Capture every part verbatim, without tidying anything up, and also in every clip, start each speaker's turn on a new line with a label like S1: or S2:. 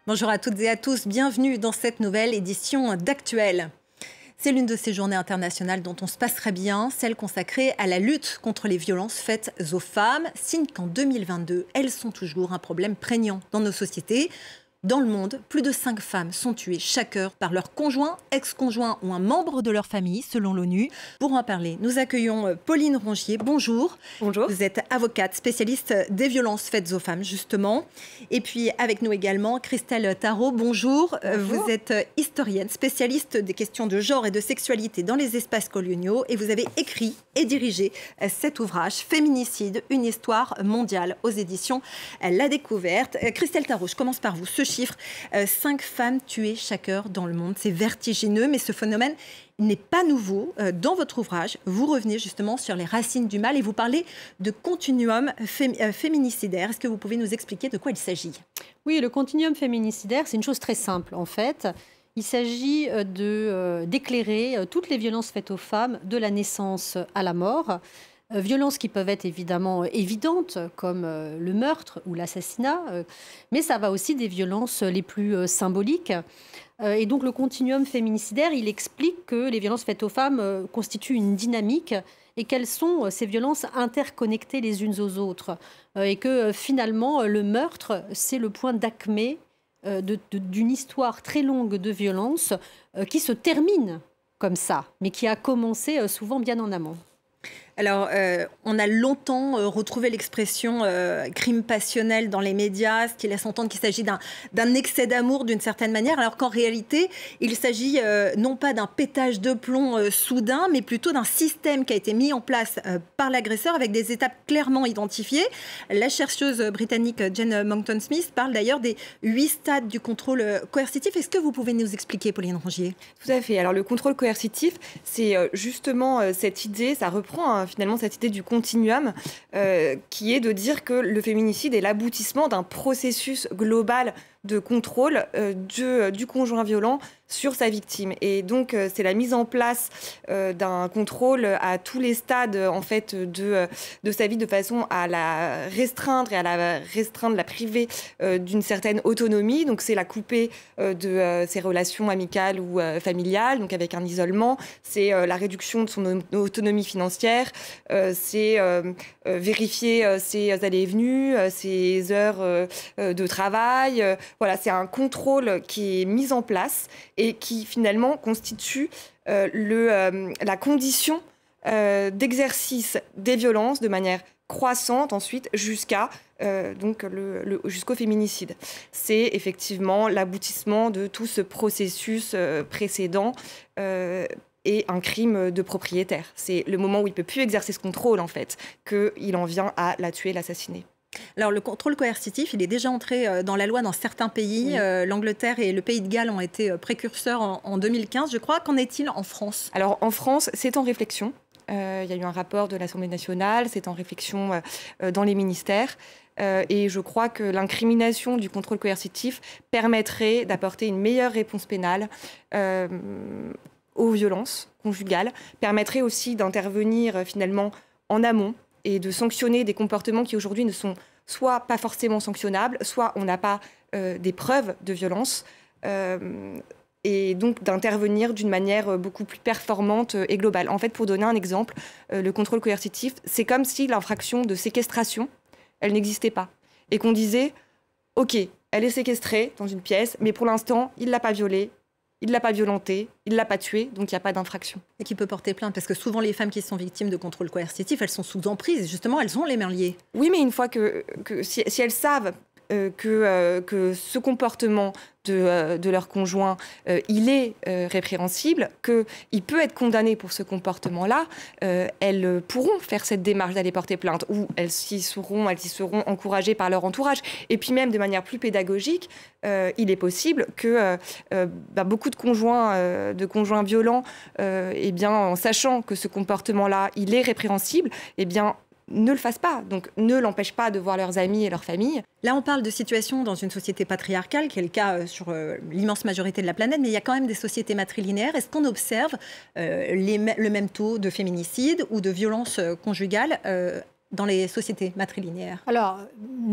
S1: Bonjour à toutes et à tous, bienvenue dans cette nouvelle édition d'Actuel. C'est l'une de ces journées internationales dont on se passerait bien, celle consacrée à la lutte contre les violences faites aux femmes, signe qu'en deux mille vingt-deux, elles sont toujours un problème prégnant dans nos sociétés. Dans le monde, plus de cinq femmes sont tuées chaque heure par leur conjoint, ex-conjoint ou un membre de leur famille, selon l'ONU. Pour en parler, nous accueillons Pauline Rongier. Bonjour.
S2: Bonjour.
S1: Vous êtes avocate, spécialiste des violences faites aux femmes, justement. Et puis avec nous également, Christelle Tarot. Bonjour. Bonjour. Vous êtes historienne, spécialiste des questions de genre et de sexualité dans les espaces coloniaux. Et vous avez écrit et dirigé cet ouvrage, Féminicide, une histoire mondiale, aux éditions La Découverte. Christelle Tarot, je commence par vous. Ce chiffre, euh, cinq femmes tuées chaque heure dans le monde. C'est vertigineux, mais ce phénomène n'est pas nouveau. Euh, dans votre ouvrage, vous revenez justement sur les racines du mal et vous parlez de continuum fém euh, féminicidaire. Est-ce que vous pouvez nous expliquer de quoi il s'agit?
S2: Oui, le continuum féminicidaire, c'est une chose très simple en fait. Il s'agit de, euh, d'éclairer euh, toutes les violences faites aux femmes de la naissance à la mort. Euh, violences qui peuvent être évidemment évidentes, comme euh, le meurtre ou l'assassinat, euh, mais ça va aussi des violences les plus euh, symboliques. Euh, et donc le continuum féminicidaire, il explique que les violences faites aux femmes euh, constituent une dynamique et quelles sont euh, ces violences interconnectées les unes aux autres. Euh, et que euh, finalement, le meurtre, c'est le point d'acmé euh, de, de, d'une histoire très longue de violence euh, qui se termine comme ça, mais qui a commencé euh, souvent bien en amont.
S1: Alors, euh, on a longtemps euh, retrouvé l'expression euh, crime passionnel dans les médias, ce qui laisse entendre qu'il s'agit d'un, d'un excès d'amour d'une certaine manière, alors qu'en réalité, il s'agit euh, non pas d'un pétage de plomb euh, soudain, mais plutôt d'un système qui a été mis en place euh, par l'agresseur avec des étapes clairement identifiées. La chercheuse britannique Jane Monckton-Smith parle d'ailleurs des huit stades du contrôle coercitif. Est-ce que vous pouvez nous expliquer, Pauline Rongier?
S3: Tout à fait. Alors, le contrôle coercitif, c'est euh, justement euh, cette idée, ça reprend hein, finalement cette idée du continuum euh, qui est de dire que le féminicide est l'aboutissement d'un processus global de contrôle euh, de, du conjoint violent sur sa victime. Et donc, euh, c'est la mise en place euh, d'un contrôle à tous les stades en fait, de, de sa vie de façon à la restreindre et à la restreindre, la priver euh, d'une certaine autonomie. Donc, c'est la couper euh, de euh, ses relations amicales ou euh, familiales, donc avec un isolement. C'est euh, la réduction de son autonomie financière. Euh, c'est euh, euh, vérifier euh, ses allées et venues, euh, ses heures euh, de travail. Euh, Voilà, c'est un contrôle qui est mis en place et qui finalement constitue euh, le, euh, la condition euh, d'exercice des violences de manière croissante ensuite jusqu'à euh, donc le, le, jusqu'au féminicide. C'est effectivement l'aboutissement de tout ce processus euh, précédent euh, et un crime de propriétaire. C'est le moment où il ne peut plus exercer ce contrôle en fait, qu'il en vient à la tuer, l'assassiner.
S1: Alors, le contrôle coercitif, il est déjà entré dans la loi dans certains pays. Oui. Euh, L'Angleterre et le Pays de Galles ont été précurseurs en, en deux mille quinze, je crois. Qu'en est-il en France?
S3: Alors, en France, c'est en réflexion. Euh, il y a eu un rapport de l'Assemblée nationale, c'est en réflexion euh, dans les ministères. Euh, et je crois que l'incrimination du contrôle coercitif permettrait d'apporter une meilleure réponse pénale euh, aux violences conjugales, permettrait aussi d'intervenir euh, finalement en amont, et de sanctionner des comportements qui aujourd'hui ne sont soit pas forcément sanctionnables, soit on n'a pas euh, des preuves de violence, euh, et donc d'intervenir d'une manière beaucoup plus performante et globale. En fait, pour donner un exemple, euh, le contrôle coercitif, c'est comme si l'infraction de séquestration, elle n'existait pas. Et qu'on disait, OK, elle est séquestrée dans une pièce, mais pour l'instant, il ne l'a pas violée, il ne l'a pas violentée, il ne l'a pas tuée, donc il n'y a pas d'infraction.
S1: Et qui peut porter plainte? Parce que souvent, les femmes qui sont victimes de contrôle coercitif, elles sont sous emprise. Justement, elles ont les mains liées.
S3: Oui, mais une fois que, que si, si elles savent euh, que, euh, que ce comportement de, euh, de leur conjoint, euh, il est euh, répréhensible, qu'il peut être condamné pour ce comportement-là, euh, elles pourront faire cette démarche d'aller porter plainte, ou elles y seront, elles y seront encouragées par leur entourage. Et puis même de manière plus pédagogique, euh, il est possible que euh, euh, bah, beaucoup de conjoints, euh, de conjoints violents, euh, eh bien, en sachant que ce comportement-là, il est répréhensible, eh bien, ne le fassent pas, donc ne l'empêchent pas de voir leurs amis et leurs familles.
S1: Là, on parle de situation dans une société patriarcale, qui est le cas sur euh, l'immense majorité de la planète, mais il y a quand même des sociétés matrilinéaires. Est-ce qu'on observe euh, les, le même taux de féminicide ou de violence conjugale euh, dans les sociétés matrilinéaires?
S2: Alors, non.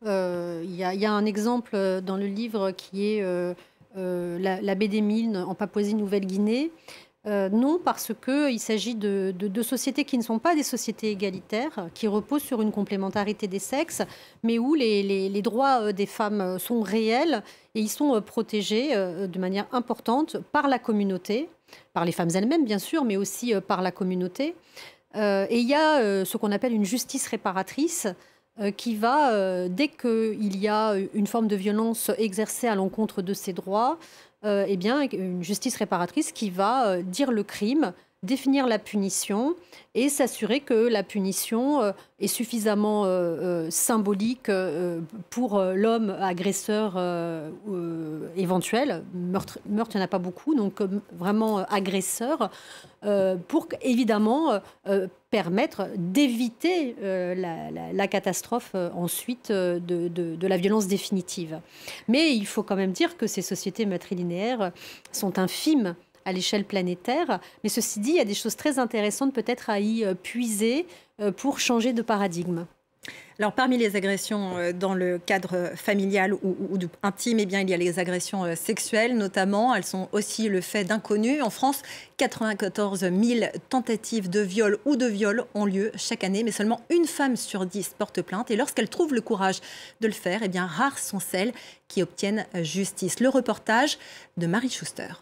S2: Euh, Il y, a- il y a un exemple dans le livre qui est euh, euh, la, la baie des Milnes en Papouasie-Nouvelle-Guinée. Euh, non, parce qu'il s'agit de, de, de sociétés qui ne sont pas des sociétés égalitaires, qui reposent sur une complémentarité des sexes, mais où les, les, les droits des femmes sont réels et ils sont protégés de manière importante par la communauté, par les femmes elles-mêmes bien sûr, mais aussi par la communauté. Euh, et il y a euh, ce qu'on appelle une justice réparatrice euh, qui va, euh, dès qu'il y a une forme de violence exercée à l'encontre de ces droits, Euh, eh bien, une justice réparatrice qui va euh, dire le crime, définir la punition et s'assurer que la punition euh, est suffisamment euh, euh, symbolique euh, pour euh, l'homme agresseur euh, euh, éventuel. Meurtre, meurtre, il n'y en a pas beaucoup, donc euh, vraiment euh, agresseur, euh, pour évidemment euh, permettre d'éviter euh, la, la, la catastrophe euh, ensuite euh, de, de, de la violence définitive. Mais il faut quand même dire que ces sociétés matrilinéaires sont infimes à l'échelle planétaire. Mais ceci dit, il y a des choses très intéressantes peut-être à y puiser pour changer de paradigme.
S1: Alors, parmi les agressions dans le cadre familial ou, ou intime, eh bien, il y a les agressions sexuelles notamment. Elles sont aussi le fait d'inconnus. En France, quatre-vingt-quatorze mille tentatives de viol ou de viol ont lieu chaque année, mais seulement une femme sur dix porte plainte. Et lorsqu'elle trouve le courage de le faire, eh bien, rares sont celles qui obtiennent justice. Le reportage de Marie Schuster.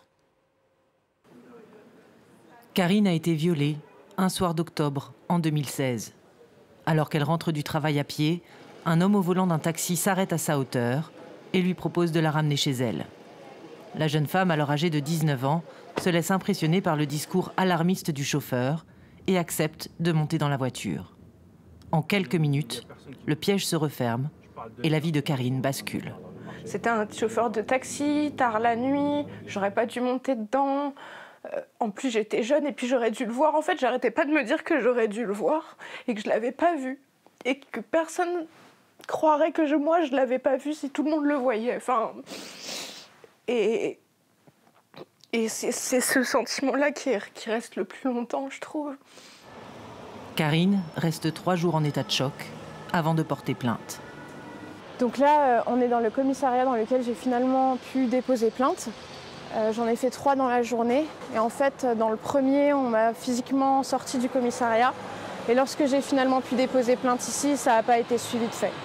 S4: Karine a été violée un soir d'octobre en deux mille seize. Alors qu'elle rentre du travail à pied, un homme au volant d'un taxi s'arrête à sa hauteur et lui propose de la ramener chez elle. La jeune femme, alors âgée de dix-neuf ans, se laisse impressionner par le discours alarmiste du chauffeur et accepte de monter dans la voiture. En quelques minutes, le piège se referme et la vie de Karine bascule.
S5: C'était un chauffeur de taxi, tard la nuit, j'aurais pas dû monter dedans. Euh, en plus, j'étais jeune et puis j'aurais dû le voir. En fait, j'arrêtais pas de me dire que j'aurais dû le voir et que je l'avais pas vu. Et que personne croirait que je, moi, je l'avais pas vu si tout le monde le voyait. Enfin, et et c'est, c'est ce sentiment-là qui, est, qui reste le plus longtemps, je trouve.
S4: Karine reste trois jours en état de choc avant de porter plainte.
S5: Donc là, on est dans le commissariat dans lequel j'ai finalement pu déposer plainte. Euh, j'en ai fait trois dans la journée. Et en fait, dans le premier, on m'a physiquement sorti du commissariat. Et lorsque j'ai finalement pu déposer plainte ici, ça n'a pas été suivi de fait.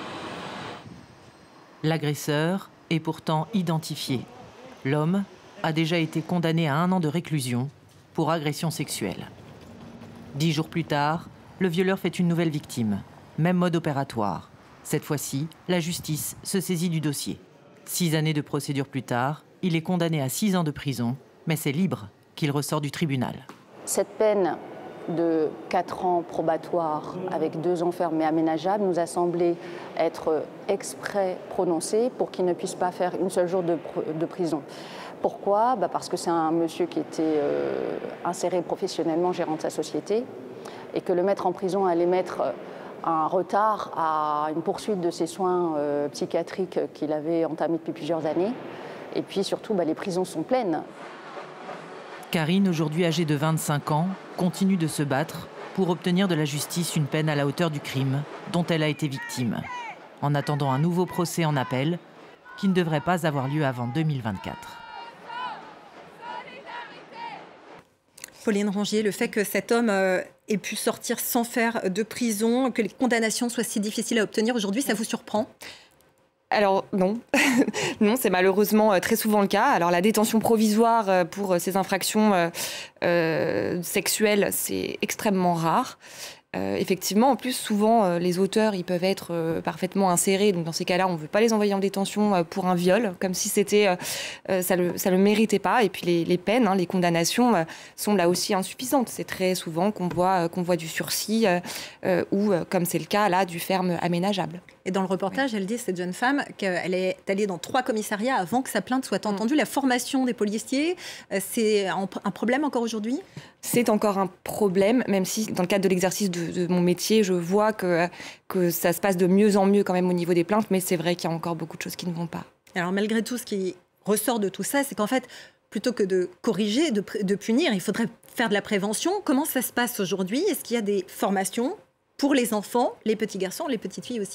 S4: L'agresseur est pourtant identifié. L'homme a déjà été condamné à un an de réclusion pour agression sexuelle. Dix jours plus tard, le violeur fait une nouvelle victime. Même mode opératoire. Cette fois-ci, la justice se saisit du dossier. Six années de procédure plus tard, il est condamné à six ans de prison, mais c'est libre qu'il ressort du tribunal.
S6: Cette peine de quatre ans probatoire avec deux ans fermés aménageables nous a semblé être exprès prononcée pour qu'il ne puisse pas faire une seule jour de, de prison. Pourquoi ? Bah parce que c'est un monsieur qui était euh, inséré professionnellement gérant de sa société et que le mettre en prison allait mettre un retard à une poursuite de ses soins euh, psychiatriques qu'il avait entamés depuis plusieurs années. Et puis surtout, bah, les prisons sont pleines.
S4: Karine, aujourd'hui âgée de vingt-cinq ans, continue de se battre pour obtenir de la justice une peine à la hauteur du crime dont elle a été victime, en attendant un nouveau procès en appel qui ne devrait pas avoir lieu avant deux mille vingt-quatre.
S1: Pauline Rongier, le fait que cet homme euh, ait pu sortir sans faire de prison, que les condamnations soient si difficiles à obtenir aujourd'hui, ça vous surprend ?
S3: Alors non, non, c'est malheureusement très souvent le cas. Alors la détention provisoire pour ces infractions euh, sexuelles, c'est extrêmement rare. Euh, effectivement, en plus, souvent, euh, les auteurs, ils peuvent être euh, parfaitement insérés. Donc, dans ces cas-là, on ne veut pas les envoyer en détention euh, pour un viol, comme si c'était, euh, euh, ça le, ça le méritait pas. Et puis, les, les peines, hein, les condamnations euh, sont là aussi insuffisantes. C'est très souvent qu'on voit, euh, qu'on voit du sursis euh, euh, ou, euh, comme c'est le cas là, du ferme aménageable.
S1: Et dans le reportage, oui. Elle dit, cette jeune femme, qu'elle est allée dans trois commissariats avant que sa plainte soit entendue. Mmh. La formation des policiers, euh, c'est un, un problème encore aujourd'hui ?
S3: C'est encore un problème, même si dans le cadre de l'exercice de, de mon métier, je vois que, que ça se passe de mieux en mieux quand même au niveau des plaintes, mais c'est vrai qu'il y a encore beaucoup de choses qui ne vont pas.
S1: Alors malgré tout, ce qui ressort de tout ça, c'est qu'en fait, plutôt que de corriger, de, de punir, il faudrait faire de la prévention. Comment ça se passe aujourd'hui ? Est-ce qu'il y a des formations pour les enfants, les petits garçons, les petites filles aussi ?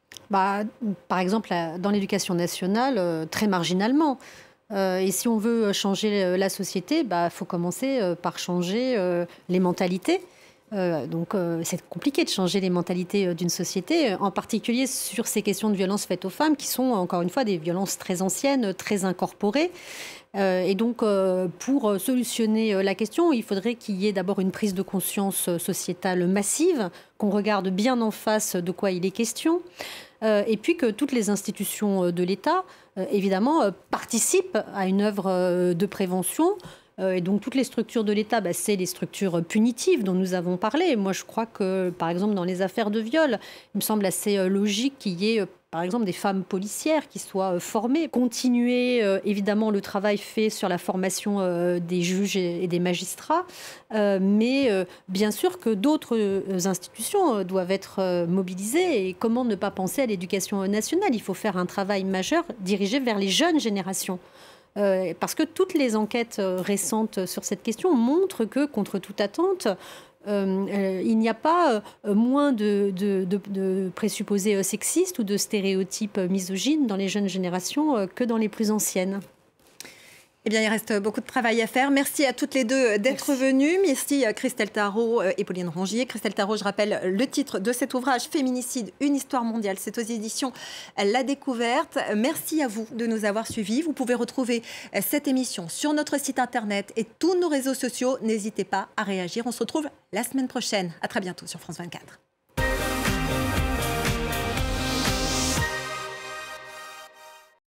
S2: Bah, par exemple, dans l'éducation nationale, euh, très marginalement. Euh, et si on veut changer la société, bah, faut commencer euh, par changer euh, les mentalités. Euh, donc euh, c'est compliqué de changer les mentalités euh, d'une société, en particulier sur ces questions de violences faites aux femmes, qui sont encore une fois des violences très anciennes, très incorporées. Euh, et donc euh, pour solutionner euh, la question, il faudrait qu'il y ait d'abord une prise de conscience sociétale massive, qu'on regarde bien en face de quoi il est question. Euh, et puis que toutes les institutions de l'État, euh, évidemment, euh, participent à une œuvre euh, de prévention. Euh, et donc toutes les structures de l'État, bah, c'est les structures punitives dont nous avons parlé. Moi, je crois que, par exemple, dans les affaires de viol, il me semble assez euh, logique qu'il y ait, euh, par exemple, des femmes policières qui soient euh, formées. Continuer, euh, évidemment, le travail fait sur la formation euh, des juges et, et des magistrats. Euh, mais euh, bien sûr que d'autres euh, institutions euh, doivent être euh, mobilisées. Et comment ne pas penser à l'éducation nationale? Il faut faire un travail majeur dirigé vers les jeunes générations. Euh, parce que toutes les enquêtes euh, récentes sur cette question montrent que, contre toute attente, euh, euh, il n'y a pas euh, moins de, de, de, de présupposés euh, sexistes ou de stéréotypes euh, misogynes dans les jeunes générations euh, que dans les plus anciennes.
S1: Eh bien, il reste beaucoup de travail à faire. Merci à toutes les deux d'être venues. Merci Christelle Tharreau et Pauline Rongier. Christelle Tharreau, je rappelle le titre de cet ouvrage, Féminicide, une histoire mondiale. C'est aux éditions La Découverte. Merci à vous de nous avoir suivis. Vous pouvez retrouver cette émission sur notre site internet et tous nos réseaux sociaux. N'hésitez pas à réagir. On se retrouve la semaine prochaine. À très bientôt sur France vingt-quatre.